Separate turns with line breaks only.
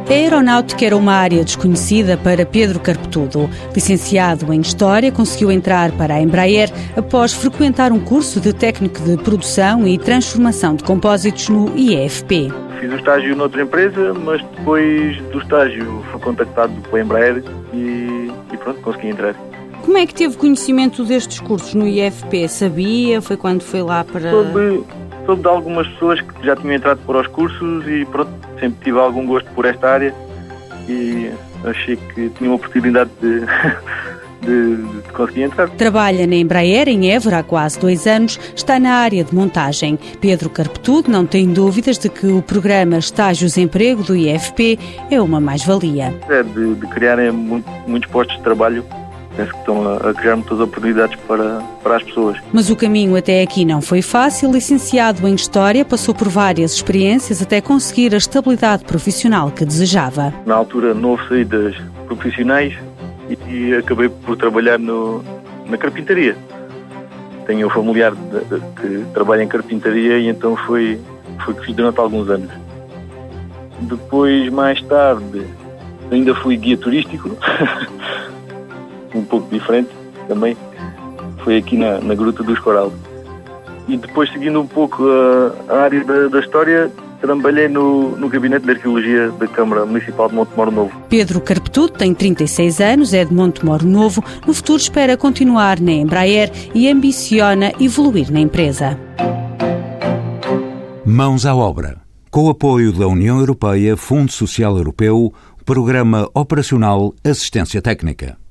A aeronáutica era uma área desconhecida para Pedro Carpetudo. Licenciado em História, conseguiu entrar para a Embraer após frequentar um curso de técnico de produção e transformação de compósitos no IEFP.
Fiz o estágio noutra empresa, mas depois do estágio fui contactado pela Embraer e pronto, consegui entrar.
Como é que teve conhecimento destes cursos no IEFP? Sabia? Foi quando foi lá para...
Soube de algumas pessoas que já tinham entrado para os cursos e pronto, sempre tive algum gosto por esta área e achei que tinha uma oportunidade de conseguir entrar.
Trabalha na Embraer, em Évora, há quase 2 anos, está na área de montagem. Pedro Carpetudo não tem dúvidas de que o programa Estágios-Emprego do IEFP é uma mais-valia.
De criarem muitos postos de trabalho. Penso que estão a criar muitas oportunidades para as pessoas.
Mas o caminho até aqui não foi fácil. Licenciado em História, passou por várias experiências até conseguir a estabilidade profissional que desejava.
Na altura não houve saídas profissionais e acabei por trabalhar na carpintaria. Tenho um familiar que trabalha em carpintaria e então foi que fiz durante alguns anos. Depois, mais tarde, ainda fui guia turístico. Um pouco diferente também, foi aqui na Gruta dos Coral. E depois, seguindo um pouco a área da história, trabalhei no Gabinete de Arqueologia da Câmara Municipal de Montemoro Novo.
Pedro Carpetudo tem 36 anos, é de Montemoro Novo. No futuro espera continuar na Embraer e ambiciona evoluir na empresa.
Mãos à obra. Com o apoio da União Europeia, Fundo Social Europeu, Programa Operacional Assistência Técnica.